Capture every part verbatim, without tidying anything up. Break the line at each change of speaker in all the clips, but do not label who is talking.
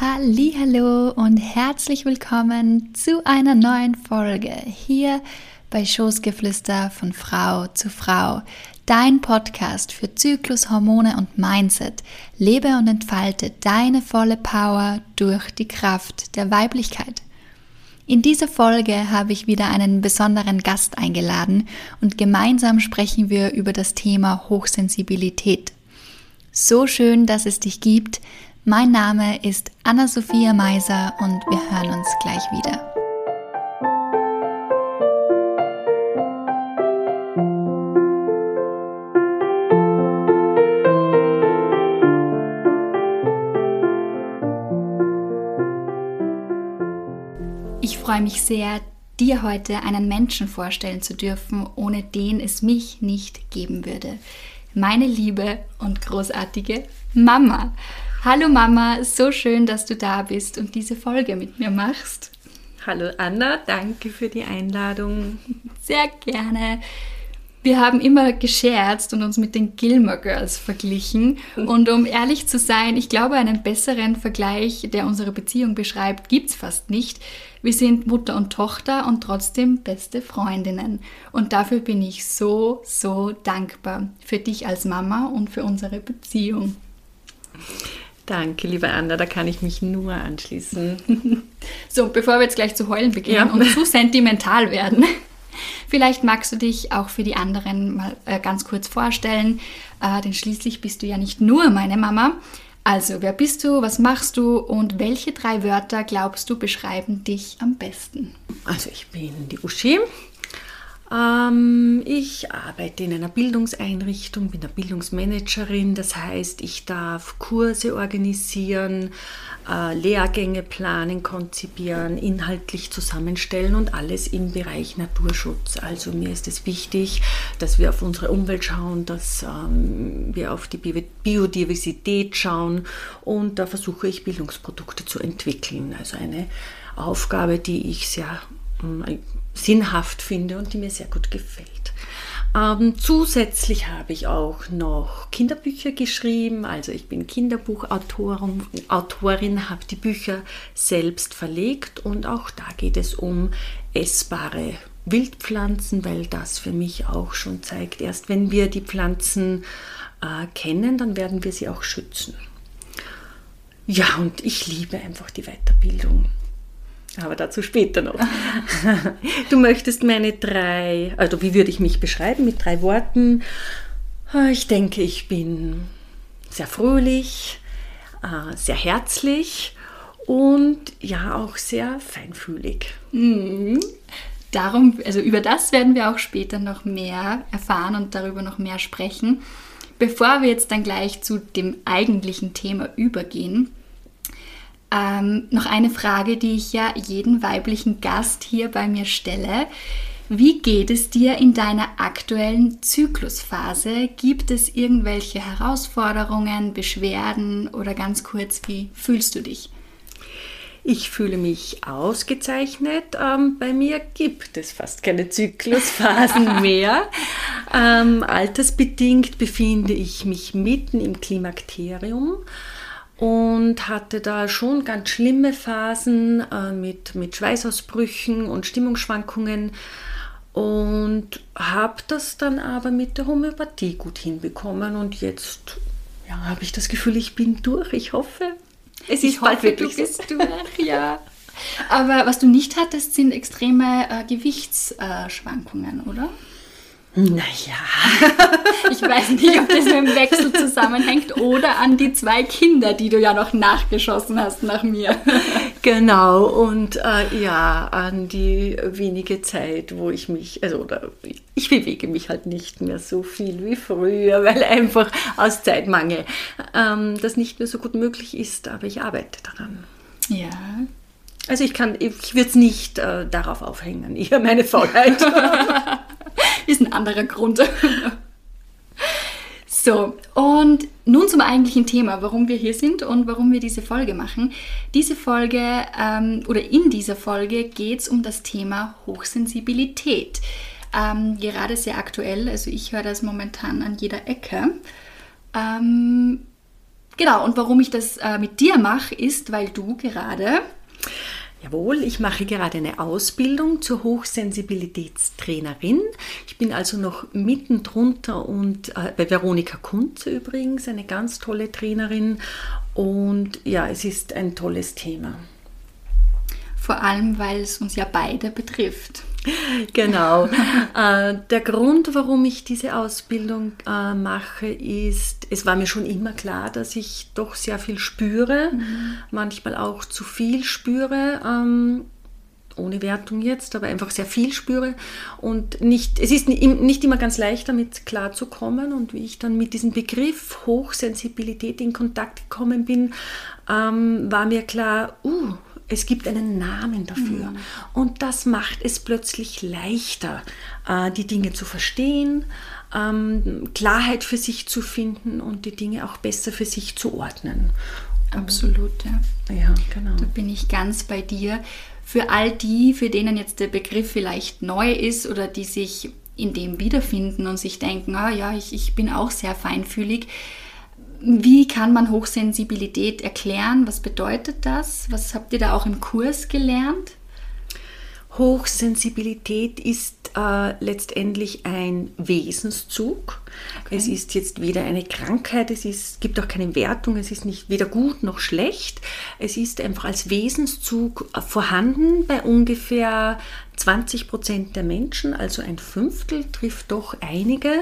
Hallihallo und herzlich willkommen zu einer neuen Folge hier bei Schoßgeflüster von Frau zu Frau, dein Podcast für Zyklus, Hormone und Mindset. Lebe und entfalte deine volle Power durch die Kraft der Weiblichkeit. In dieser Folge habe ich wieder einen besonderen Gast eingeladen und gemeinsam sprechen wir über das Thema Hochsensibilität. So schön, dass es dich gibt. Mein Name ist Anna-Sophia Meiser und wir hören uns gleich wieder. Ich freue mich sehr, dir heute einen Menschen vorstellen zu dürfen, ohne den es mich nicht geben würde. Meine liebe und großartige Mama. Hallo Mama, so schön, dass du da bist und diese Folge mit mir machst.
Hallo Anna, danke für die Einladung.
Sehr gerne. Wir haben immer gescherzt und uns mit den Gilmore Girls verglichen. Und um ehrlich zu sein, ich glaube, einen besseren Vergleich, der unsere Beziehung beschreibt, gibt's fast nicht. Wir sind Mutter und Tochter und trotzdem beste Freundinnen. Und dafür bin ich so, so dankbar für dich als Mama und für unsere Beziehung.
Danke, liebe Anna, da kann ich mich nur anschließen.
So, bevor wir jetzt gleich zu heulen beginnen
ja.
und zu sentimental werden, vielleicht magst du dich auch für die anderen mal äh, ganz kurz vorstellen, äh, denn schließlich bist du ja nicht nur meine Mama. Also, wer bist du, was machst du und welche drei Wörter, glaubst du, beschreiben dich am besten?
Also, ich bin die Uschi. Ähm, ich arbeite in einer Bildungseinrichtung, bin eine Bildungsmanagerin, das heißt, ich darf Kurse organisieren, äh, Lehrgänge planen, konzipieren, inhaltlich zusammenstellen und alles im Bereich Naturschutz. Also mir ist es wichtig, dass wir auf unsere Umwelt schauen, dass ähm, wir auf die Bi- Biodiversität schauen und da versuche ich Bildungsprodukte zu entwickeln. Also eine Aufgabe, die ich sehr äh, sinnhaft finde und die mir sehr gut gefällt. Ähm, zusätzlich habe ich auch noch Kinderbücher geschrieben, also ich bin Kinderbuchautorin, Autorin, habe die Bücher selbst verlegt und auch da geht es um essbare Wildpflanzen, weil das für mich auch schon zeigt, erst wenn wir die Pflanzen äh, kennen, dann werden wir sie auch schützen. Ja, und ich liebe einfach die Weiterbildung. Aber dazu später noch. Du möchtest meine drei, also wie würde ich mich beschreiben mit drei Worten? Ich denke, ich bin sehr fröhlich, sehr herzlich und ja auch sehr feinfühlig.
Mhm. Darum, also über das werden wir auch später noch mehr erfahren und darüber noch mehr sprechen. Bevor wir jetzt dann gleich zu dem eigentlichen Thema übergehen, Ähm, noch eine Frage, die ich ja jeden weiblichen Gast hier bei mir stelle. Wie geht es dir in deiner aktuellen Zyklusphase? Gibt es irgendwelche Herausforderungen, Beschwerden oder ganz kurz, wie fühlst du dich?
Ich fühle mich ausgezeichnet. Ähm, bei mir gibt es fast keine Zyklusphasen mehr. Ähm, altersbedingt befinde ich mich mitten im Klimakterium. Und hatte da schon ganz schlimme Phasen äh, mit, mit Schweißausbrüchen und Stimmungsschwankungen und habe das dann aber mit der Homöopathie gut hinbekommen und jetzt ja, habe ich das Gefühl, ich bin durch. Ich hoffe, es ist
ich
bald
hoffe,
wirklich
du bist durch, ja. Aber was du nicht hattest, sind extreme äh, Gewichtsschwankungen, äh, oder?
Naja.
Ich weiß nicht, ob das mit dem Wechsel zusammenhängt oder an die zwei Kinder, die du ja noch nachgeschossen hast nach mir.
Genau, und äh, ja, an die wenige Zeit, wo ich mich, also oder, ich bewege mich halt nicht mehr so viel wie früher, weil einfach aus Zeitmangel ähm, das nicht mehr so gut möglich ist, aber ich arbeite daran.
Ja.
Also ich kann, ich würde es nicht äh, darauf aufhängen, eher meine Faulheit.
Ist ein anderer Grund. So, und nun zum eigentlichen Thema, warum wir hier sind und warum wir diese Folge machen. Diese Folge, ähm, oder in dieser Folge geht es um das Thema Hochsensibilität. Ähm, gerade sehr aktuell, also ich höre das momentan an jeder Ecke. Ähm, Genau, und warum ich das äh, mit dir mache, ist, weil du gerade...
Jawohl, ich mache gerade eine Ausbildung zur Hochsensibilitätstrainerin. Ich bin also noch mitten drunter und äh, bei Veronika Kunze übrigens, eine ganz tolle Trainerin. Und ja, es ist ein tolles Thema.
Vor allem, weil es uns ja beide betrifft.
Genau. äh, der Grund, warum ich diese Ausbildung äh, mache, ist, es war mir schon immer klar, dass ich doch sehr viel spüre, mhm. manchmal auch zu viel spüre, ähm, ohne Wertung jetzt, aber einfach sehr viel spüre und nicht, es ist nicht immer ganz leicht, damit klarzukommen, und wie ich dann mit diesem Begriff Hochsensibilität in Kontakt gekommen bin, ähm, war mir klar, uh, es gibt einen Namen dafür, mhm. und das macht es plötzlich leichter, äh, die Dinge zu verstehen, ähm, Klarheit für sich zu finden und die Dinge auch besser für sich zu ordnen.
Absolut, ja.
Ja, genau.
Da bin ich ganz bei dir. Für all die, für denen jetzt der Begriff vielleicht neu ist oder die sich in dem wiederfinden und sich denken, ah ja, ich, ich bin auch sehr feinfühlig. Wie kann man Hochsensibilität erklären? Was bedeutet das? Was habt ihr da auch im Kurs gelernt?
Hochsensibilität ist äh, letztendlich ein Wesenszug. Okay. Es ist jetzt weder eine Krankheit, es ist, gibt auch keine Wertung, es ist nicht weder gut noch schlecht. Es ist einfach als Wesenszug vorhanden bei ungefähr zwanzig Prozent der Menschen, also ein Fünftel, trifft doch einige.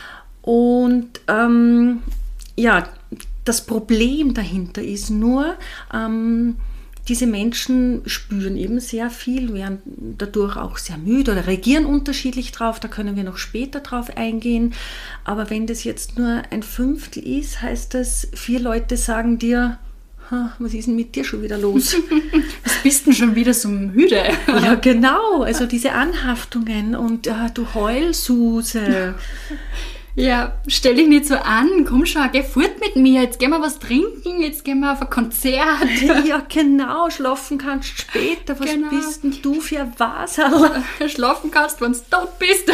Und ähm, ja, das Problem dahinter ist nur, ähm, diese Menschen spüren eben sehr viel, werden dadurch auch sehr müde oder reagieren unterschiedlich drauf, da können wir noch später drauf eingehen. Aber wenn das jetzt nur ein Fünftel ist, heißt das, vier Leute sagen dir, was ist denn mit dir schon wieder los?
Was bist denn schon wieder so müde?
Ja, genau, also diese Anhaftungen und äh, du Heulsuse.
Ja, stell dich nicht so an, komm schon, geh fort mit mir, jetzt gehen wir was trinken, jetzt gehen wir auf ein Konzert.
Ja, genau, schlafen kannst du später, was genau. Bist denn du für ein Wasserl?
Schlafen kannst, wenn du tot bist.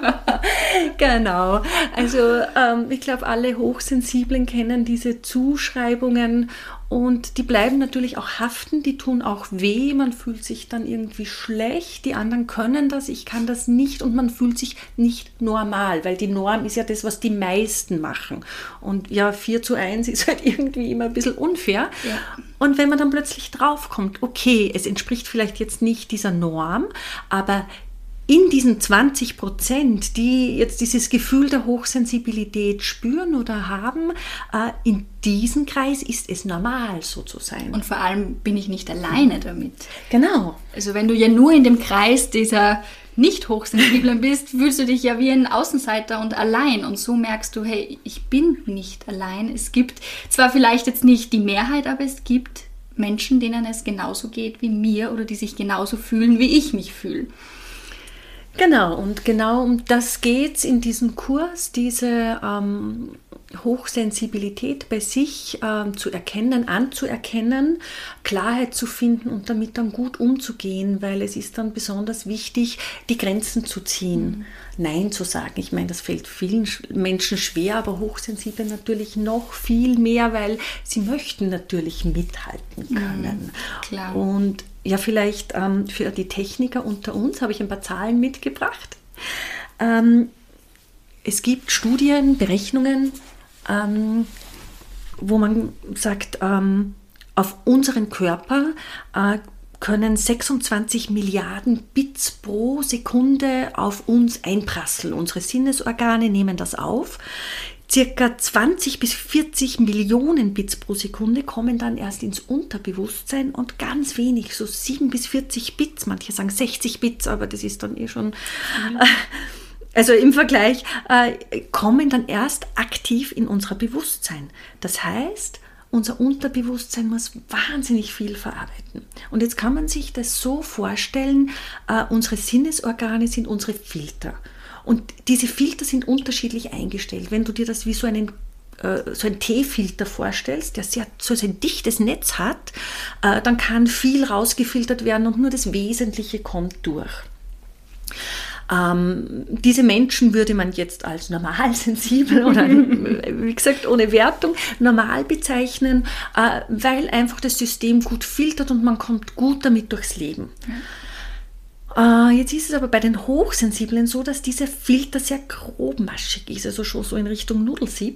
Genau, also ähm, ich glaube, alle Hochsensiblen kennen diese Zuschreibungen und die bleiben natürlich auch haften, die tun auch weh, man fühlt sich dann irgendwie schlecht, die anderen können das, ich kann das nicht und man fühlt sich nicht normal, weil die Norm ist ja das, was die meisten machen. Und ja, vier zu eins ist halt irgendwie immer ein bisschen unfair. Ja. Und wenn man dann plötzlich draufkommt, okay, es entspricht vielleicht jetzt nicht dieser Norm, aber in diesen zwanzig Prozent, die jetzt dieses Gefühl der Hochsensibilität spüren oder haben, äh, in diesem Kreis ist es normal, so zu sein.
Und vor allem bin ich nicht alleine damit.
Genau.
Also wenn du ja nur in dem Kreis dieser Nicht-Hochsensiblen bist, fühlst du dich ja wie ein Außenseiter und allein. Und so merkst du, hey, ich bin nicht allein. Es gibt zwar vielleicht jetzt nicht die Mehrheit, aber es gibt Menschen, denen es genauso geht wie mir oder die sich genauso fühlen, wie ich mich fühle.
Genau, und genau um das geht es in diesem Kurs, diese ähm, Hochsensibilität bei sich ähm, zu erkennen, anzuerkennen, Klarheit zu finden und damit dann gut umzugehen, weil es ist dann besonders wichtig, die Grenzen zu ziehen, mhm. Nein zu sagen. Ich meine, das fällt vielen Menschen schwer, aber Hochsensiblen natürlich noch viel mehr, weil sie möchten natürlich mithalten können.
Mhm, klar.
Und ja, vielleicht ähm, für die Techniker unter uns habe ich ein paar Zahlen mitgebracht. Ähm, es gibt Studien, Berechnungen, ähm, wo man sagt, ähm, auf unseren Körper äh, können sechsundzwanzig Milliarden Bits pro Sekunde auf uns einprasseln. Unsere Sinnesorgane nehmen das auf. Circa zwanzig bis vierzig Millionen Bits pro Sekunde kommen dann erst ins Unterbewusstsein und ganz wenig, so sieben bis vierzig Bits, manche sagen sechzig Bits, aber das ist dann eh schon, mhm. also im Vergleich, äh, kommen dann erst aktiv in unser Bewusstsein. Das heißt, unser Unterbewusstsein muss wahnsinnig viel verarbeiten. Und jetzt kann man sich das so vorstellen, äh, unsere Sinnesorgane sind unsere Filter. Und diese Filter sind unterschiedlich eingestellt. Wenn du dir das wie so einen äh, so ein Teefilter vorstellst, der sehr, so ein dichtes Netz hat, äh, dann kann viel rausgefiltert werden und nur das Wesentliche kommt durch. Ähm, diese Menschen würde man jetzt als normal sensibel oder, wie gesagt, ohne Wertung normal bezeichnen, äh, weil einfach das System gut filtert und man kommt gut damit durchs Leben. Ja. Jetzt ist es aber bei den Hochsensiblen so, dass dieser Filter sehr grobmaschig ist, also schon so in Richtung Nudelsieb.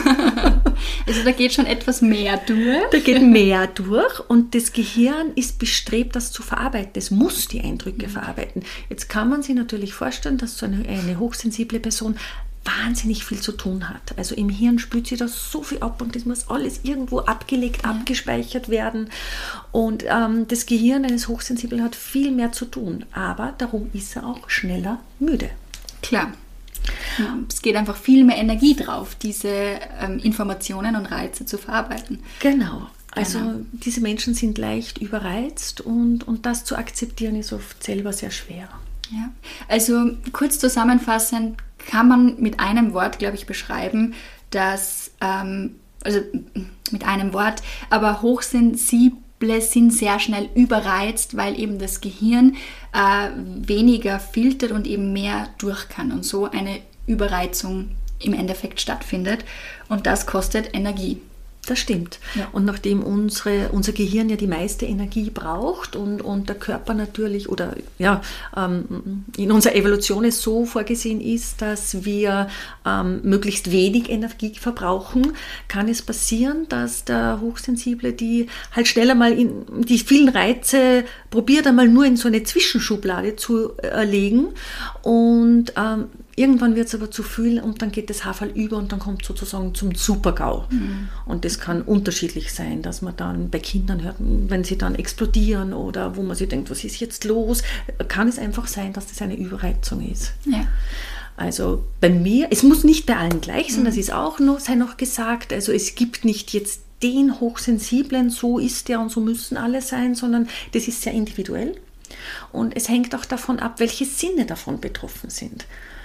Also da geht schon etwas mehr durch.
Da geht mehr durch und das Gehirn ist bestrebt, das zu verarbeiten. Es muss die Eindrücke mhm. verarbeiten. Jetzt kann man sich natürlich vorstellen, dass so eine, eine hochsensible Person wahnsinnig viel zu tun hat. Also im Hirn spült sie das so viel ab und das muss alles irgendwo abgelegt, ja. abgespeichert werden. Und ähm, das Gehirn eines Hochsensiblen hat viel mehr zu tun, aber darum ist er auch schneller müde.
Klar. Es geht einfach viel mehr Energie drauf, diese ähm, Informationen und Reize zu verarbeiten.
Genau. Also genau. Diese Menschen sind leicht überreizt und, und das zu akzeptieren ist oft selber sehr schwer.
Ja. Also kurz zusammenfassend kann man mit einem Wort, glaube ich, beschreiben, dass, ähm, also mit einem Wort, aber Hochsensible sind sehr schnell überreizt, weil eben das Gehirn äh, weniger filtert und eben mehr durch kann und so eine Überreizung im Endeffekt stattfindet und das kostet Energie.
Das stimmt. Ja. Und nachdem unsere, unser Gehirn ja die meiste Energie braucht und, und der Körper natürlich oder ja, ähm, in unserer Evolution es so vorgesehen ist, dass wir ähm, möglichst wenig Energie verbrauchen, kann es passieren, dass der Hochsensible die halt schneller mal in die vielen Reize probiert einmal nur in so eine Zwischenschublade zu äh, legen und ähm, irgendwann wird es aber zu viel und dann geht das Haferl über und dann kommt sozusagen zum Super-GAU. Mhm. Und das kann unterschiedlich sein, dass man dann bei Kindern hört, wenn sie dann explodieren oder wo man sich denkt, was ist jetzt los, kann es einfach sein, dass das eine Überreizung ist. Ja. Also bei mir, es muss nicht bei allen gleich sein, mhm. das ist auch noch, sei noch gesagt, also es gibt nicht jetzt den Hochsensiblen, so ist der und so müssen alle sein, sondern das ist sehr individuell. Und es hängt auch davon ab, welche Sinne davon betroffen sind.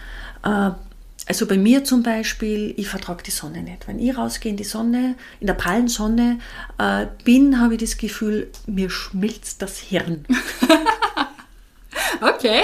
Also bei mir zum Beispiel, ich vertrage die Sonne nicht. Wenn ich rausgehe in die Sonne, in der prallen Sonne äh, bin, habe ich das Gefühl, mir schmilzt das Hirn.
Okay.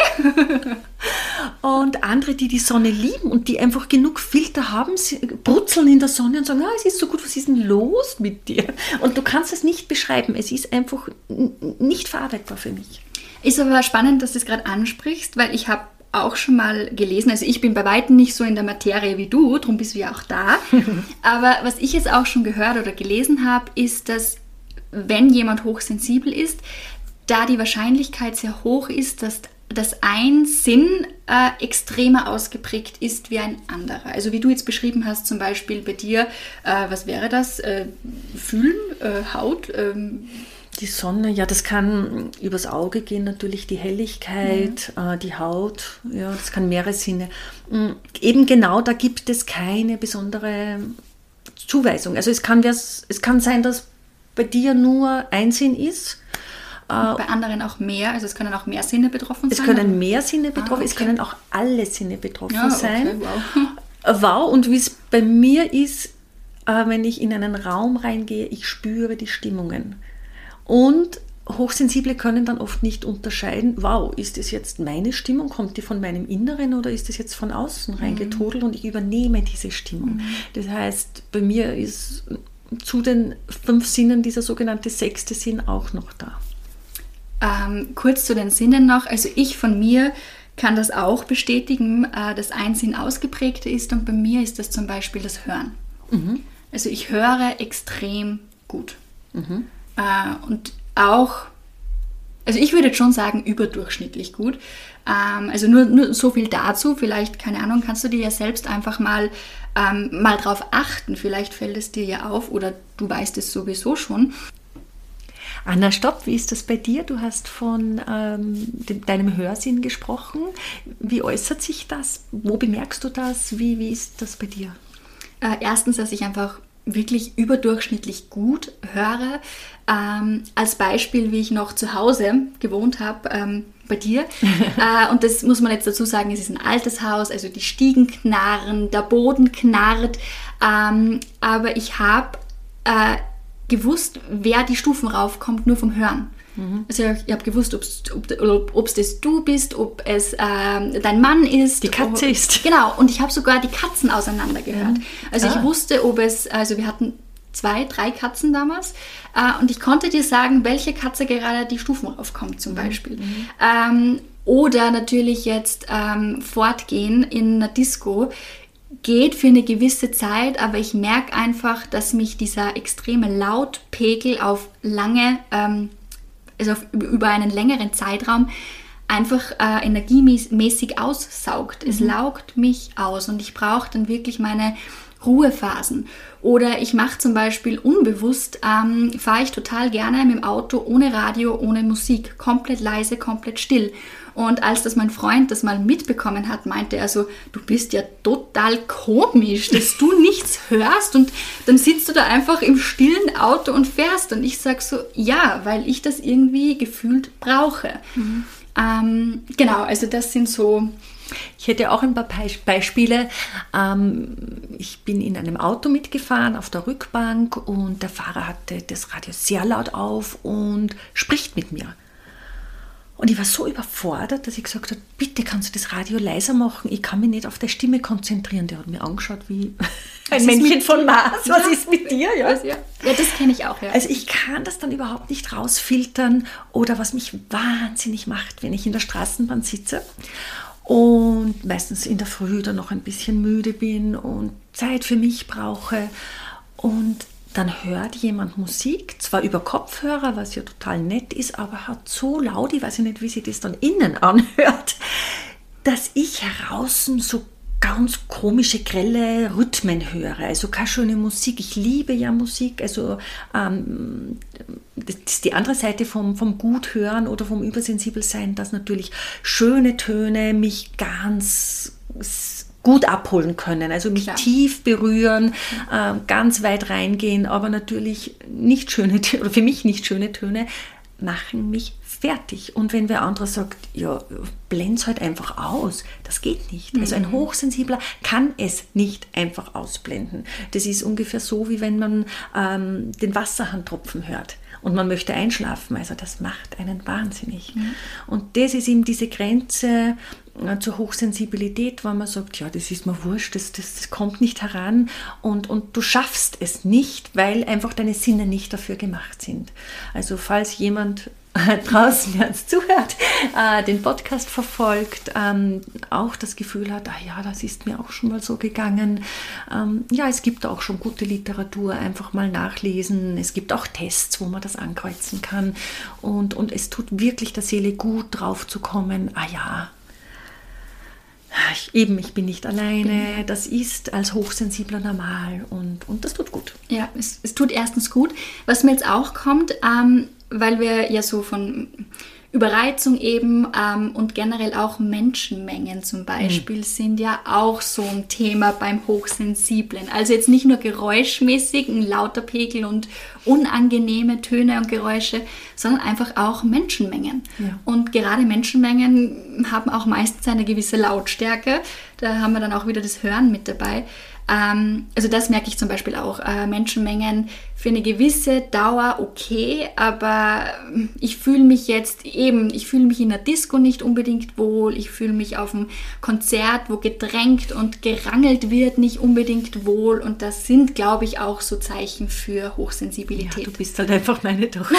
Und andere, die die Sonne lieben und die einfach genug Filter haben, sie brutzeln in der Sonne und sagen, ah, es ist so gut, was ist denn los mit dir? Und du kannst es nicht beschreiben, es ist einfach n- nicht verarbeitbar für mich.
Ist aber spannend, dass du es gerade ansprichst, weil ich habe auch schon mal gelesen, also ich bin bei weitem nicht so in der Materie wie du, darum bist du ja auch da, aber was ich jetzt auch schon gehört oder gelesen habe, ist, dass wenn jemand hochsensibel ist, da die Wahrscheinlichkeit sehr hoch ist, dass, dass ein Sinn äh, extremer ausgeprägt ist wie ein anderer. Also wie du jetzt beschrieben hast, zum Beispiel bei dir, äh, was wäre das? Äh, Fühlen, äh, Haut, ähm,
Die Sonne, ja, das kann übers Auge gehen, natürlich die Helligkeit, mhm. äh, die Haut, ja, das kann mehrere Sinne. Mhm. Eben genau, da gibt es keine besondere Zuweisung. Also es kann, es kann sein, dass bei dir nur ein Sinn ist.
Und bei anderen auch mehr, also es können auch mehr Sinne betroffen
es
sein?
Es können mehr Sinne betroffen, ah, okay. Es können auch alle Sinne betroffen ja, okay, sein.
Wow.
Wow, und wie es bei mir ist, äh, wenn ich in einen Raum reingehe, ich spüre die Stimmungen. Und Hochsensible können dann oft nicht unterscheiden, wow, ist das jetzt meine Stimmung, kommt die von meinem Inneren oder ist das jetzt von außen reingetodelt mhm. und ich übernehme diese Stimmung. Mhm. Das heißt, bei mir ist zu den fünf Sinnen dieser sogenannte sechste Sinn auch noch da.
Ähm, kurz zu den Sinnen noch, also ich von mir kann das auch bestätigen, äh, dass ein Sinn ausgeprägter ist und bei mir ist das zum Beispiel das Hören. Mhm. Also ich höre extrem gut. Mhm. Und auch, also ich würde jetzt schon sagen, überdurchschnittlich gut. Also nur, nur so viel dazu, vielleicht, keine Ahnung, kannst du dir ja selbst einfach mal, ähm, mal drauf achten. Vielleicht fällt es dir ja auf oder du weißt es sowieso schon.
Anna, stopp, wie ist das bei dir? Du hast von ähm, dem, deinem Hörsinn gesprochen. Wie äußert sich das? Wo bemerkst du das? Wie, wie ist das bei dir?
Äh, erstens, dass ich einfach wirklich überdurchschnittlich gut höre. Ähm, als Beispiel, wie ich noch zu Hause gewohnt habe, ähm, bei dir. äh, und das muss man jetzt dazu sagen, es ist ein altes Haus, also die Stiegen knarren, der Boden knarrt. Ähm, aber ich habe äh, gewusst, wer die Stufen raufkommt, nur vom Hören. Mhm. Also ich, ich habe gewusst, ob es das du bist, ob es ähm, dein Mann ist.
Die Katze
ob,
ist.
Genau, und ich habe sogar die Katzen auseinandergehört. Mhm. Also ah. ich wusste, ob es, also wir hatten zwei, drei Katzen damals äh, und ich konnte dir sagen, welche Katze gerade die Stufen raufkommt zum Beispiel. Mhm. Ähm, oder natürlich jetzt ähm, fortgehen in einer Disco geht für eine gewisse Zeit, aber ich merke einfach, dass mich dieser extreme Lautpegel auf lange, ähm, also auf, über einen längeren Zeitraum einfach äh, energiemäßig aussaugt. Mhm. Es laugt mich aus und ich brauche dann wirklich meine Ruhephasen. Oder ich mache zum Beispiel unbewusst, ähm, fahre ich total gerne mit dem Auto ohne Radio, ohne Musik, komplett leise, komplett still. Und als das mein Freund das mal mitbekommen hat, meinte er so, du bist ja total komisch, dass du nichts hörst und dann sitzt du da einfach im stillen Auto und fährst. Und ich sage so, ja, weil ich das irgendwie gefühlt brauche. Mhm. Ähm, genau, also das sind so...
Ich hätte auch ein paar Beispiele. Ich bin in einem Auto mitgefahren auf der Rückbank und der Fahrer hatte das Radio sehr laut auf und spricht mit mir. Und ich war so überfordert, dass ich gesagt habe, bitte kannst du das Radio leiser machen, ich kann mich nicht auf der Stimme konzentrieren. Der hat mir angeschaut wie ein Männchen von Mars. Was ja. ist mit dir? Ja,
ja. ja das kenne ich auch. Ja.
Also ich kann das dann überhaupt nicht rausfiltern oder was mich wahnsinnig macht, wenn ich in der Straßenbahn sitze und meistens in der Früh dann noch ein bisschen müde bin und Zeit für mich brauche und dann hört jemand Musik, zwar über Kopfhörer, was ja total nett ist, aber hat so laut, ich weiß nicht, wie sich das dann innen anhört, dass ich draußen so ganz komische, grelle Rhythmen höre, also keine schöne Musik. Ich liebe ja Musik, also ähm, das ist die andere Seite vom, vom Guthören oder vom Übersensibelsein, dass natürlich schöne Töne mich ganz gut abholen können, also mich Klar. tief berühren, äh, ganz weit reingehen, aber natürlich nicht schöne Töne, oder für mich nicht schöne Töne, machen mich fertig. Und wenn wer anderer sagt, ja, blend's halt einfach aus, das geht nicht. Mhm. Also ein Hochsensibler kann es nicht einfach ausblenden. Das ist ungefähr so, wie wenn man ähm, den Wasserhahntropfen hört und man möchte einschlafen. Also das macht einen wahnsinnig. Mhm. Und das ist eben diese Grenze äh, zur Hochsensibilität, wo man sagt, ja, das ist mir wurscht, das, das, das kommt nicht heran und, und du schaffst es nicht, weil einfach deine Sinne nicht dafür gemacht sind. Also falls jemand draußen, der uns zuhört, äh, den Podcast verfolgt, ähm, auch das Gefühl hat, ah ja, das ist mir auch schon mal so gegangen. Ähm, ja, es gibt auch schon gute Literatur, einfach mal nachlesen. Es gibt auch Tests, wo man das ankreuzen kann. Und, und es tut wirklich der Seele gut, drauf zu kommen, ah ja, ich, eben, ich bin nicht alleine, das ist als Hochsensibler normal und, und das tut gut.
Ja, es, es tut erstens gut. Was mir jetzt auch kommt, ähm, weil wir ja so von Überreizung eben ähm, und generell auch Menschenmengen zum Beispiel mhm. sind ja auch so ein Thema beim Hochsensiblen. Also jetzt nicht nur geräuschmäßig, ein lauter Pegel und unangenehme Töne und Geräusche, sondern einfach auch Menschenmengen. Ja. Und gerade Menschenmengen haben auch meistens eine gewisse Lautstärke. Da haben wir dann auch wieder das Hören mit dabei. Also das merke ich zum Beispiel auch. Menschenmengen für eine gewisse Dauer okay, aber ich fühle mich jetzt eben, ich fühle mich in der Disco nicht unbedingt wohl, ich fühle mich auf einem Konzert, wo gedrängt und gerangelt wird, nicht unbedingt wohl und das sind, glaube ich, auch so Zeichen für Hochsensibilität.
Ja, du bist halt einfach meine Tochter.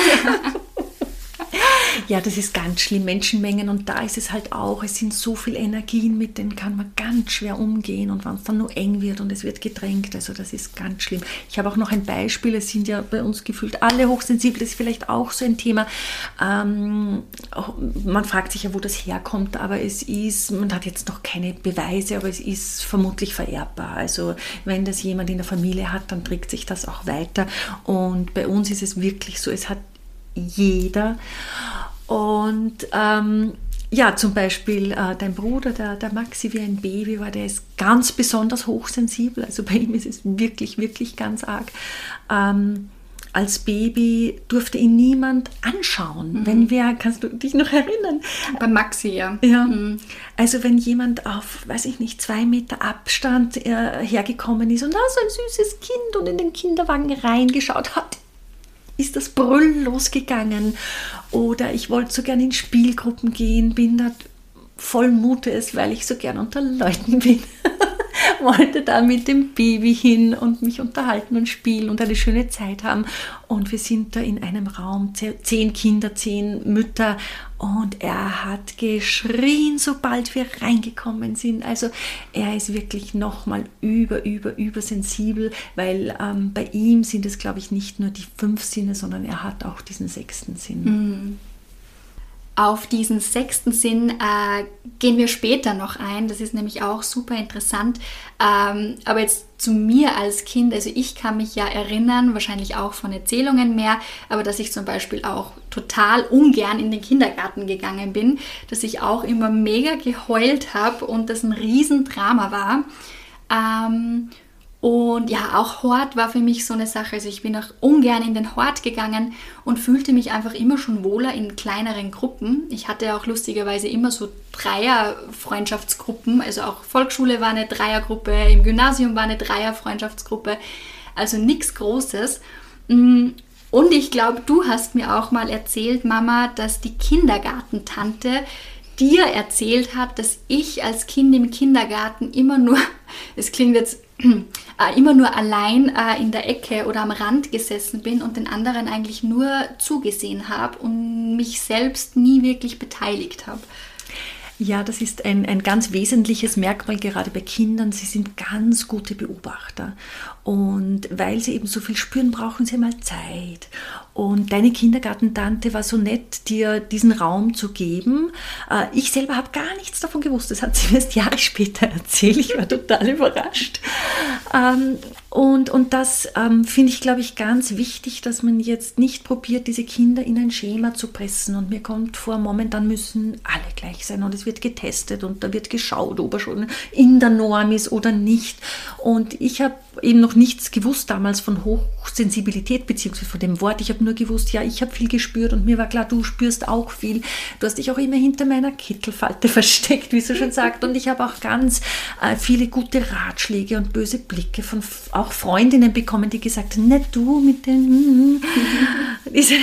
Ja, das ist ganz schlimm, Menschenmengen und da ist es halt auch, es sind so viele Energien, mit denen kann man ganz schwer umgehen und wenn es dann nur eng wird und es wird gedrängt, also das ist ganz schlimm. Ich habe auch noch ein Beispiel, es sind ja bei uns gefühlt alle hochsensibel, das ist vielleicht auch so ein Thema, ähm, man fragt sich ja, wo das herkommt, aber es ist, man hat jetzt noch keine Beweise, aber es ist vermutlich vererbbar, also wenn das jemand in der Familie hat, dann trägt sich das auch weiter und bei uns ist es wirklich so, es hat jeder. Und ähm, ja, zum Beispiel äh, dein Bruder, der, der Maxi, wie ein Baby war, der ist ganz besonders hochsensibel. Also bei ihm ist es wirklich, wirklich ganz arg. Ähm, als Baby durfte ihn niemand anschauen. Mhm. Wenn wer, kannst du dich noch erinnern?
Bei Maxi, ja.
ja. Mhm. Also wenn jemand auf, weiß ich nicht, zwei Meter Abstand äh, hergekommen ist und da so ein süßes Kind und in den Kinderwagen reingeschaut hat, ist das Brüllen losgegangen. Oder ich wollte so gerne in Spielgruppen gehen, bin da voll Mutes, weil ich so gern unter Leuten bin. Wollte da mit dem Baby hin und mich unterhalten und spielen und eine schöne Zeit haben. Und wir sind da in einem Raum, zehn Kinder, zehn Mütter. Und er hat geschrien, sobald wir reingekommen sind. Also er ist wirklich nochmal über, über, übersensibel, weil ähm, bei ihm sind es, glaube ich, nicht nur die fünf Sinne, sondern er hat auch diesen sechsten Sinn.
Mhm. Auf diesen sechsten Sinn äh, gehen wir später noch ein. Das ist nämlich auch super interessant. Ähm, aber jetzt zu mir als Kind, also ich kann mich ja erinnern, wahrscheinlich auch von Erzählungen mehr, aber dass ich zum Beispiel auch total ungern in den Kindergarten gegangen bin, dass ich auch immer mega geheult habe und das ein Riesendrama war. Ähm, Und ja, auch Hort war für mich so eine Sache. Also ich bin auch ungern in den Hort gegangen und fühlte mich einfach immer schon wohler in kleineren Gruppen. Ich hatte auch lustigerweise immer so Dreier-Freundschaftsgruppen. Also auch Volksschule war eine Dreiergruppe, im Gymnasium war eine Dreier-Freundschaftsgruppe. Also nichts Großes. Und ich glaube, du hast mir auch mal erzählt, Mama, dass die Kindergartentante dir erzählt hat, dass ich als Kind im Kindergarten immer nur, es klingt jetzt äh, immer nur allein äh, in der Ecke oder am Rand gesessen bin und den anderen eigentlich nur zugesehen habe und mich selbst nie wirklich beteiligt habe.
Ja, das ist ein, ein ganz wesentliches Merkmal, gerade bei Kindern. Sie sind ganz gute Beobachter. Und weil sie eben so viel spüren, brauchen sie mal Zeit. Und deine Kindergartentante war so nett, dir diesen Raum zu geben. Ich selber habe gar nichts davon gewusst. Das hat sie mir erst Jahre später erzählt. Ich war total überrascht. Und, und das finde ich, glaube ich, ganz wichtig, dass man jetzt nicht probiert, diese Kinder in ein Schema zu pressen. Und mir kommt vor, momentan müssen alle gleich sein. Und es wird getestet und da wird geschaut, ob er schon in der Norm ist oder nicht. Und ich habe eben noch nichts gewusst damals von Hochsensibilität, beziehungsweise von dem Wort. Ich habe nur gewusst, ja, ich habe viel gespürt und mir war klar, du spürst auch viel. Du hast dich auch immer hinter meiner Kittelfalte versteckt, wie sie schon sagt. Und ich habe auch ganz äh, viele gute Ratschläge und böse Blicke von f- auch Freundinnen bekommen, die gesagt haben, nicht du mit den mm, diese äh,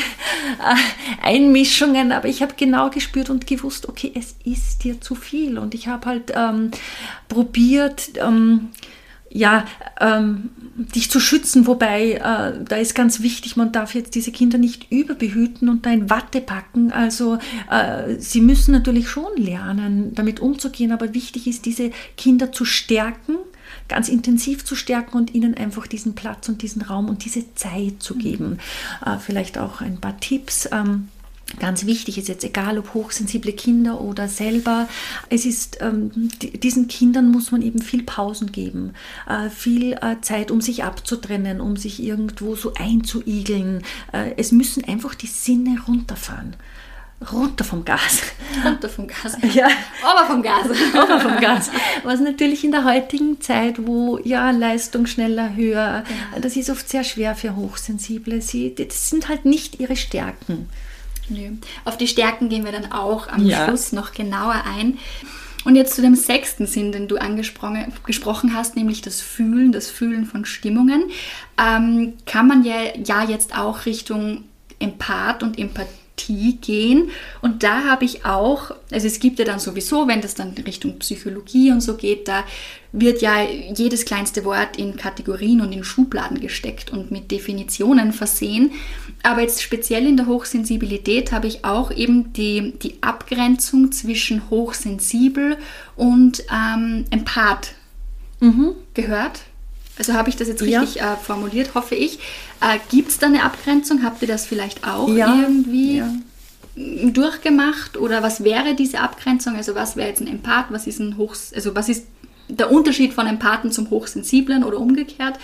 Einmischungen. Aber ich habe genau gespürt und gewusst, okay, es ist dir zu viel. Und ich habe halt ähm, probiert, ähm, ja, ähm, dich zu schützen, wobei äh, da ist ganz wichtig, man darf jetzt diese Kinder nicht überbehüten und da in Watte packen, also äh, sie müssen natürlich schon lernen, damit umzugehen, aber wichtig ist, diese Kinder zu stärken, ganz intensiv zu stärken und ihnen einfach diesen Platz und diesen Raum und diese Zeit zu geben. Mhm. Äh, vielleicht auch ein paar Tipps. Ähm, Ganz wichtig ist jetzt, egal ob hochsensible Kinder oder selber, es ist, ähm, die, diesen Kindern muss man eben viel Pausen geben, äh, viel äh, Zeit, um sich abzutrennen, um sich irgendwo so einzuigeln. Äh, es müssen einfach die Sinne runterfahren. Runter vom Gas.
Runter vom Gas.
Ja.
Aber vom Gas.
Aber vom Gas. Was natürlich in der heutigen Zeit, wo ja Leistung schneller, höher, ja. Das ist oft sehr schwer für Hochsensible. Sie, das sind halt nicht ihre Stärken.
Nö. Auf die Stärken gehen wir dann auch am
ja.
Schluss noch genauer ein. Und jetzt zu dem sechsten Sinn, den du angesprochen gesprochen hast, nämlich das Fühlen, das Fühlen von Stimmungen, ähm, kann man ja, ja jetzt auch Richtung Empath und Empathie gehen. Und da habe ich auch, also es gibt ja dann sowieso, wenn das dann Richtung Psychologie und so geht, da wird ja jedes kleinste Wort in Kategorien und in Schubladen gesteckt und mit Definitionen versehen. Aber jetzt speziell in der Hochsensibilität habe ich auch eben die, die Abgrenzung zwischen hochsensibel und ähm, Empath mhm. gehört. Also habe ich das jetzt richtig ja. äh, formuliert, hoffe ich. Äh, gibt es da eine Abgrenzung? Habt ihr das vielleicht auch ja. irgendwie ja. durchgemacht? Oder was wäre diese Abgrenzung? Also was wäre jetzt ein Empath? Was ist ein Hochs- also was ist der Unterschied von Empathen zum Hochsensiblen oder umgekehrt?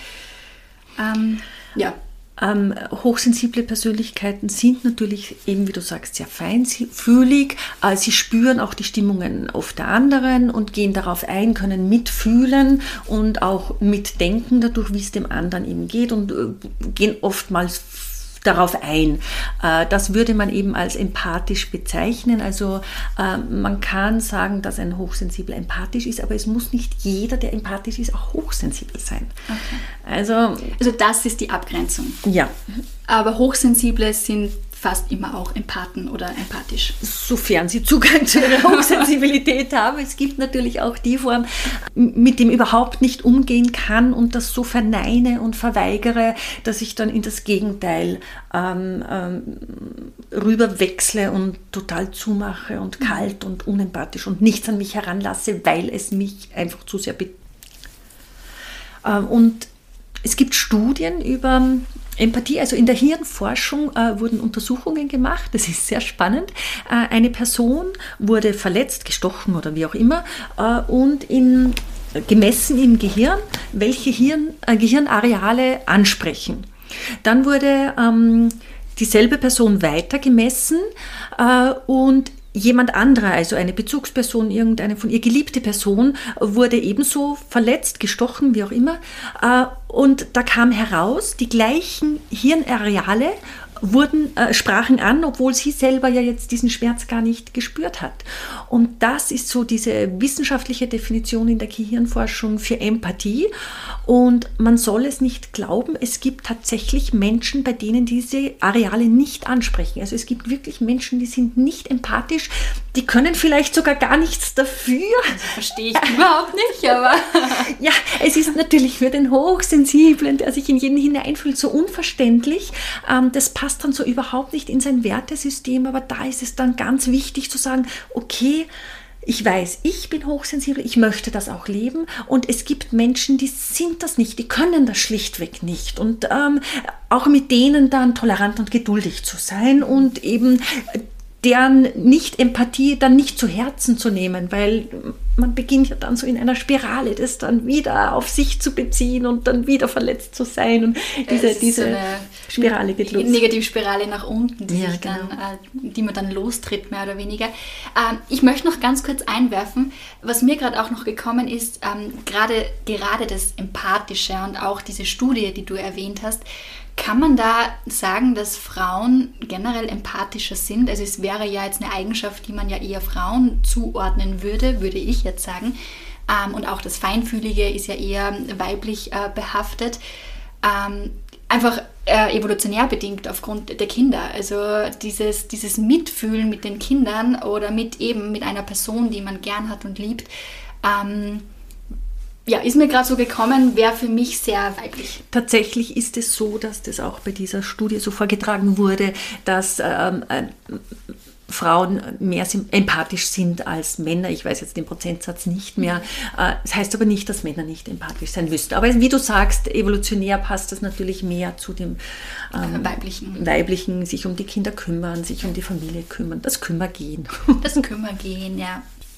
Ähm, ja.
Ähm, hochsensible Persönlichkeiten sind natürlich eben, wie du sagst, sehr feinfühlig. Äh, sie spüren auch die Stimmungen oft der anderen und gehen darauf ein, können mitfühlen und auch mitdenken dadurch, wie es dem anderen eben geht und äh, gehen oftmals darauf ein. Das würde man eben als empathisch bezeichnen. Also man kann sagen, dass ein Hochsensibler empathisch ist, aber es muss nicht jeder, der empathisch ist, auch hochsensibel sein.
Okay.
Also,
also das ist die Abgrenzung.
Ja.
Aber Hochsensible sind fast immer auch Empathen oder empathisch.
Sofern sie Zugang zu ihrer Hochsensibilität haben. Es gibt natürlich auch die Form, mit dem überhaupt nicht umgehen kann und das so verneine und verweigere, dass ich dann in das Gegenteil ähm, ähm, rüberwechsle und total zumache und kalt und unempathisch und nichts an mich heranlasse, weil es mich einfach zu sehr betrifft. Ähm, und es gibt Studien über Empathie, also in der Hirnforschung äh, wurden Untersuchungen gemacht, das ist sehr spannend. Äh, eine Person wurde verletzt, gestochen oder wie auch immer äh, und in, gemessen im Gehirn, welche Hirn, äh, Gehirnareale ansprechen. Dann wurde ähm, dieselbe Person weiter gemessen äh, und jemand anderer, also eine Bezugsperson, irgendeine von ihr geliebte Person, wurde ebenso verletzt, gestochen, wie auch immer. Und da kam heraus, die gleichen Hirnareale wurden, äh, sprachen an, obwohl sie selber ja jetzt diesen Schmerz gar nicht gespürt hat. Und das ist so diese wissenschaftliche Definition in der Gehirnforschung für Empathie. Und man soll es nicht glauben, es gibt tatsächlich Menschen, bei denen diese Areale nicht ansprechen. Also es gibt wirklich Menschen, die sind nicht empathisch, die können vielleicht sogar gar nichts dafür.
Also verstehe ich überhaupt nicht, aber...
Ja, es ist natürlich für den Hochsensiblen, der sich in jeden hineinfühlt, so unverständlich. Ähm, das passt dann so überhaupt nicht in sein Wertesystem, aber da ist es dann ganz wichtig zu sagen, okay, ich weiß, ich bin hochsensibel, ich möchte das auch leben und es gibt Menschen, die sind das nicht, die können das schlichtweg nicht und ähm, auch mit denen dann tolerant und geduldig zu sein und eben deren Nicht-Empathie dann nicht zu Herzen zu nehmen, weil man beginnt ja dann so in einer Spirale, das dann wieder auf sich zu beziehen und dann wieder verletzt zu sein und diese, diese so eine Spirale geht los.
Negativspirale nach unten, die,
ja,
sich
genau.
dann, äh, die man dann lostritt, mehr oder weniger. Ähm, ich möchte noch ganz kurz einwerfen, was mir gerade auch noch gekommen ist, ähm, gerade, gerade das Empathische und auch diese Studie, die du erwähnt hast, kann man da sagen, dass Frauen generell empathischer sind? Also es wäre ja jetzt eine Eigenschaft, die man ja eher Frauen zuordnen würde, würde ich jetzt sagen. Ähm, und auch das Feinfühlige ist ja eher weiblich äh, behaftet. Ähm, einfach äh, evolutionär bedingt aufgrund der Kinder. Also dieses, dieses Mitfühlen mit den Kindern oder mit eben mit einer Person, die man gern hat und liebt, ähm, ja, ist mir gerade so gekommen, wäre für mich sehr weiblich.
Tatsächlich ist es so, dass das auch bei dieser Studie so vorgetragen wurde, dass ähm, äh, Frauen mehr empathisch sind als Männer. Ich weiß jetzt den Prozentsatz nicht mehr. Äh, das heißt aber nicht, dass Männer nicht empathisch sein müssten. Aber wie du sagst, evolutionär passt das natürlich mehr zu dem ähm,
Weiblichen.
Weiblichen, sich um die Kinder kümmern, sich um die Familie kümmern, das Kümmergehen.
Das Kümmergehen, ja.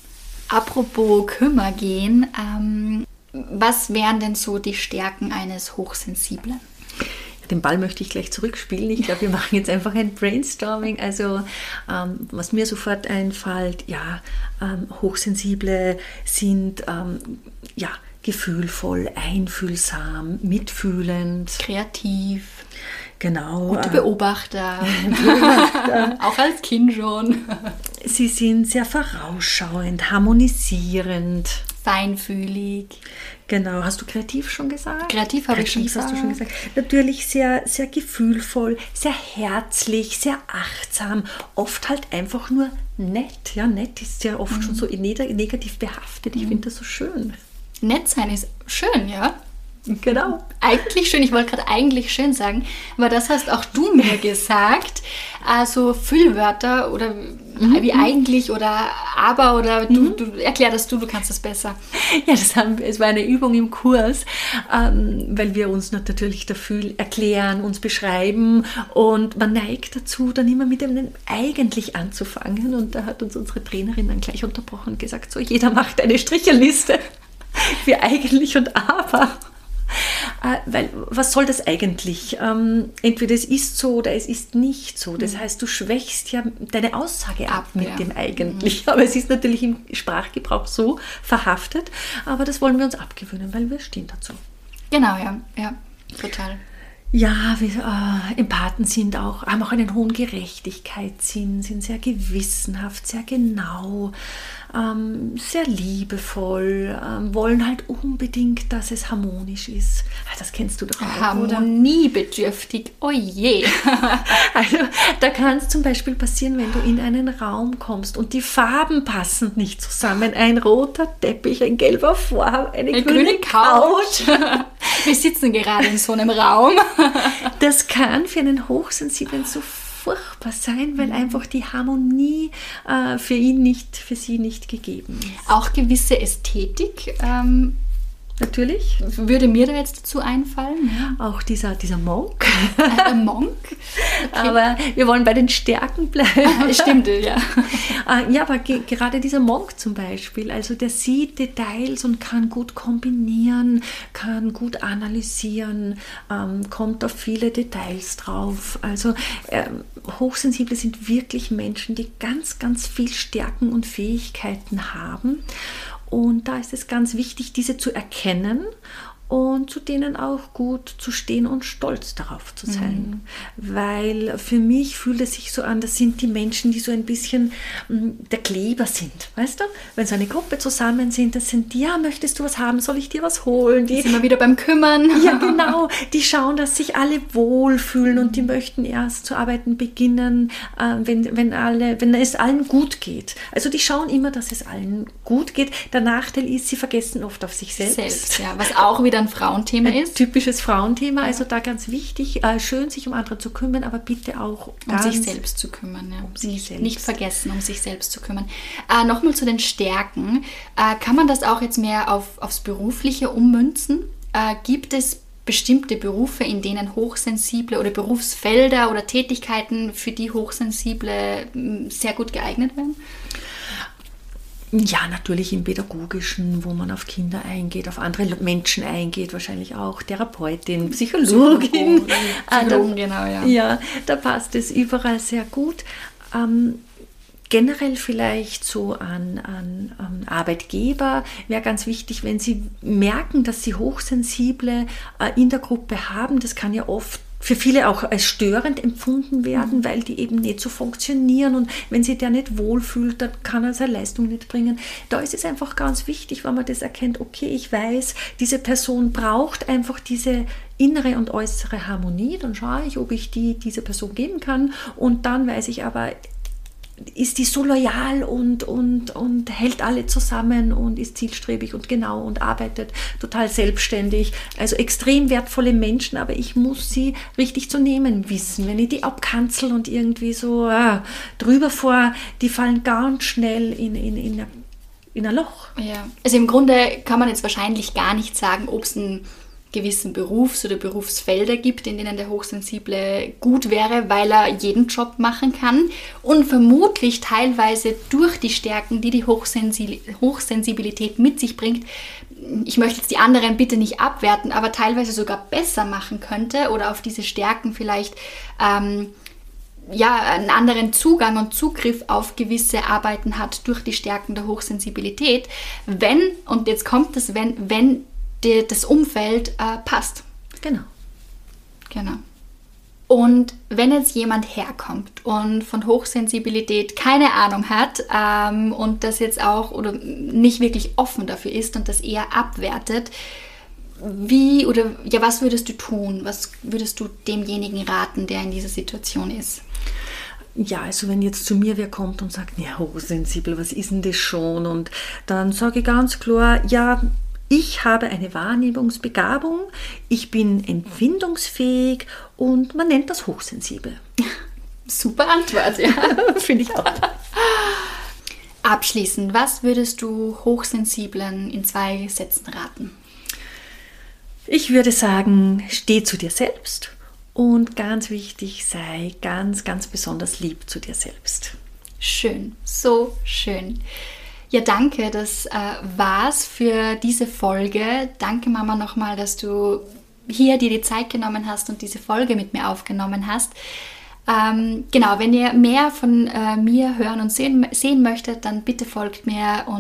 Apropos Kümmergehen, ähm, was wären denn so die Stärken eines Hochsensiblen?
Den Ball möchte ich gleich zurückspielen. Ich glaube, wir machen jetzt einfach ein Brainstorming. Also ähm, was mir sofort einfällt, ja, ähm, Hochsensible sind ähm, ja, gefühlvoll, einfühlsam, mitfühlend.
Kreativ.
Genau.
Gute Beobachter. Beobachter. Auch als Kind schon.
Sie sind sehr vorausschauend, harmonisierend.
Feinfühlig.
Genau, hast du kreativ schon gesagt?
Kreativ habe ich schon
gesagt.
Hast
du schon gesagt. Natürlich sehr, sehr gefühlvoll, sehr herzlich, sehr achtsam, oft halt einfach nur nett. Ja, nett ist ja oft mhm. schon so negativ behaftet. Ich mhm. finde das so schön.
Nett sein ist schön, ja.
Genau.
Eigentlich schön, ich wollte gerade eigentlich schön sagen, aber das hast auch du mir gesagt. Also Füllwörter oder mhm. wie eigentlich oder aber oder du, mhm. du erklär das du, du kannst das besser.
Ja, das haben, es war eine Übung im Kurs, ähm, weil wir uns natürlich dafür erklären, uns beschreiben und man neigt dazu, dann immer mit dem eigentlich anzufangen und da hat uns unsere Trainerin dann gleich unterbrochen und gesagt, so jeder macht eine Stricherliste für eigentlich und aber. Äh, weil, was soll das eigentlich? Ähm, entweder es ist so oder es ist nicht so. Das mhm. heißt, du schwächst ja deine Aussage ab, ab mit ja. dem eigentlich. Mhm. Aber es ist natürlich im Sprachgebrauch so verhaftet. Aber das wollen wir uns abgewöhnen, weil wir stehen dazu.
Genau, ja, ja, total.
Ja, wir, äh, Empathen sind auch, haben auch einen hohen Gerechtigkeitssinn, sind sehr gewissenhaft, sehr genau, ähm, sehr liebevoll, ähm, wollen halt unbedingt, dass es harmonisch ist. Ah, das kennst du doch auch,
harmoniebedürftig, oh je.
Also da kann es zum Beispiel passieren, wenn du in einen Raum kommst und die Farben passen nicht zusammen. Ein roter Teppich, ein gelber Vorhang, eine, eine grüne, grüne Couch.
Couch. Wir sitzen gerade in so einem Raum.
Das kann für einen Hochsensiblen so furchtbar sein, weil einfach die Harmonie äh, für ihn nicht, für sie nicht gegeben ist.
Auch gewisse Ästhetik. Ähm
Natürlich.
Würde mir da jetzt dazu einfallen.
Ja. Auch dieser, dieser Monk.
Ein Monk?
Okay. Aber wir wollen bei den Stärken bleiben.
Stimmt, ja.
Ja, aber ge- gerade dieser Monk zum Beispiel, also der sieht Details und kann gut kombinieren, kann gut analysieren, ähm, kommt auf viele Details drauf. Also ähm, Hochsensible sind wirklich Menschen, die ganz, ganz viel Stärken und Fähigkeiten haben. Und da ist es ganz wichtig, diese zu erkennen und zu denen auch gut zu stehen und stolz darauf zu sein. Mhm. Weil für mich fühlt es sich so an, das sind die Menschen, die so ein bisschen mh, der Kleber sind, weißt du? Wenn so eine Gruppe zusammen sind, das sind die, ja, möchtest du was haben, soll ich dir was holen?
Die sind immer wieder beim Kümmern.
Ja, genau. Die schauen, dass sich alle wohlfühlen und die möchten erst zu arbeiten beginnen, äh, wenn, wenn, alle, wenn es allen gut geht. Also die schauen immer, dass es allen gut geht. Der Nachteil ist, sie vergessen oft auf sich selbst.
Selbst, ja, was auch wieder ein Frauenthema
ein
ist.
Typisches Frauenthema, also da ganz wichtig, äh, schön sich um andere zu kümmern, aber bitte auch
um sich selbst zu kümmern. Ja.
Um sich
nicht,
selbst.
nicht vergessen, um sich selbst zu kümmern. Äh, Nochmal zu den Stärken. Äh, kann man das auch jetzt mehr auf, aufs Berufliche ummünzen? Äh, gibt es bestimmte Berufe, in denen Hochsensible oder Berufsfelder oder Tätigkeiten, für die Hochsensible sehr gut geeignet werden?
Ja, natürlich im Pädagogischen, wo man auf Kinder eingeht, auf andere Menschen eingeht, wahrscheinlich auch Therapeutin, Psychologin.
Psychologen, genau, ja.
Ja, da passt es überall sehr gut. Ähm, generell vielleicht so an, an, an Arbeitgeber wäre ganz wichtig, wenn sie merken, dass sie Hochsensible äh, in der Gruppe haben. Das kann ja oft für viele auch als störend empfunden werden, mhm. weil die eben nicht so funktionieren und wenn sich der nicht wohlfühlt, dann kann er seine Leistung nicht bringen. Da ist es einfach ganz wichtig, wenn man das erkennt, okay, ich weiß, diese Person braucht einfach diese innere und äußere Harmonie, dann schaue ich, ob ich die dieser Person geben kann und dann weiß ich aber, ist die so loyal und, und, und hält alle zusammen und ist zielstrebig und genau und arbeitet total selbstständig. Also extrem wertvolle Menschen, aber ich muss sie richtig zu nehmen wissen. Wenn ich die abkanzel und irgendwie so äh, drüber vor, die fallen ganz schnell in, in, in, ein, in ein Loch.
Ja, also im Grunde kann man jetzt wahrscheinlich gar nicht sagen, ob es ein gewissen Berufs- oder Berufsfelder gibt, in denen der Hochsensible gut wäre, weil er jeden Job machen kann und vermutlich teilweise durch die Stärken, die die Hochsensi- Hochsensibilität mit sich bringt, ich möchte jetzt die anderen bitte nicht abwerten, aber teilweise sogar besser machen könnte oder auf diese Stärken vielleicht ähm, ja, einen anderen Zugang und Zugriff auf gewisse Arbeiten hat durch die Stärken der Hochsensibilität, wenn, und jetzt kommt das, wenn, wenn das Umfeld äh, passt.
Genau.
Genau. Und wenn jetzt jemand herkommt und von Hochsensibilität keine Ahnung hat ähm, und das jetzt auch oder nicht wirklich offen dafür ist und das eher abwertet, wie oder ja, was würdest du tun? Was würdest du demjenigen raten, der in dieser Situation ist?
Ja, also wenn jetzt zu mir wer kommt und sagt, ja, hochsensibel, was ist denn das schon? Und dann sage ich ganz klar, ja, ich habe eine Wahrnehmungsbegabung, ich bin empfindungsfähig und man nennt das hochsensibel.
Super Antwort, ja.
Finde ich auch.
Abschließend, was würdest du Hochsensiblen in zwei Sätzen raten?
Ich würde sagen, steh zu dir selbst und ganz wichtig, sei ganz, ganz besonders lieb zu dir selbst.
Schön, so schön. Ja, danke, das äh, war's für diese Folge. Danke, Mama, nochmal, dass du hier dir die Zeit genommen hast und diese Folge mit mir aufgenommen hast. Ähm, genau, wenn ihr mehr von äh, mir hören und sehen, sehen möchtet, dann bitte folgt mir und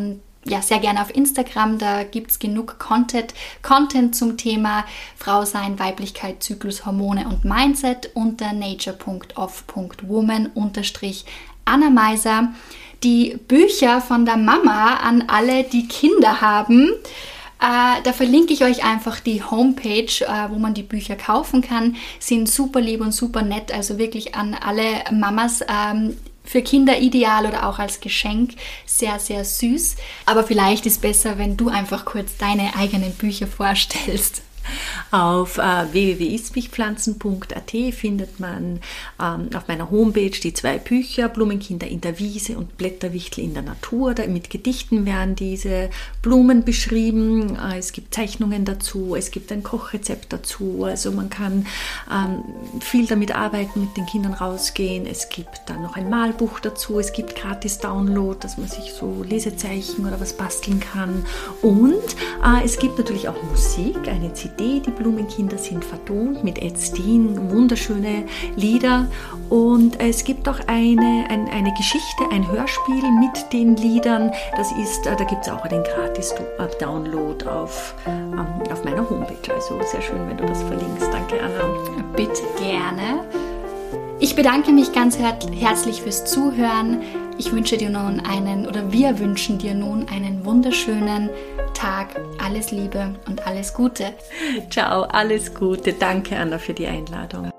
ja, sehr gerne auf Instagram, da gibt es genug Content, Content zum Thema Frau sein, Weiblichkeit, Zyklus, Hormone und Mindset unter nature punkt off punkt woman unterstrich Anna Meiser. Die Bücher von der Mama an alle, die Kinder haben, äh, da verlinke ich euch einfach die Homepage, äh, wo man die Bücher kaufen kann, sind super lieb und super nett, also wirklich an alle Mamas, ähm, für Kinder ideal oder auch als Geschenk, sehr, sehr süß. Aber vielleicht ist besser, wenn du einfach kurz deine eigenen Bücher vorstellst.
Auf äh, w w w punkt istmichpflanzen punkt a t findet man ähm, auf meiner Homepage die zwei Bücher, Blumenkinder in der Wiese und Blätterwichtel in der Natur. Da, mit Gedichten werden diese Blumen beschrieben. Äh, es gibt Zeichnungen dazu, es gibt ein Kochrezept dazu. Also man kann ähm, viel damit arbeiten, mit den Kindern rausgehen. Es gibt dann noch ein Malbuch dazu. Es gibt gratis Download, dass man sich so Lesezeichen oder was basteln kann. Und äh, es gibt natürlich auch Musik, eine C D. Die Blumenkinder sind vertont mit Ed Steen, wunderschöne Lieder, und es gibt auch eine, ein, eine Geschichte, ein Hörspiel mit den Liedern. Das ist, da gibt es auch einen Gratis-Download auf, auf meiner Homepage. Also sehr schön, wenn du das verlinkst. Danke, Anna.
Bitte gerne. Ich bedanke mich ganz her- herzlich fürs Zuhören. Ich wünsche dir nun einen, oder wir wünschen dir nun einen wunderschönen Tag. Alles Liebe und alles Gute.
Ciao, alles Gute. Danke, Anna, für die Einladung.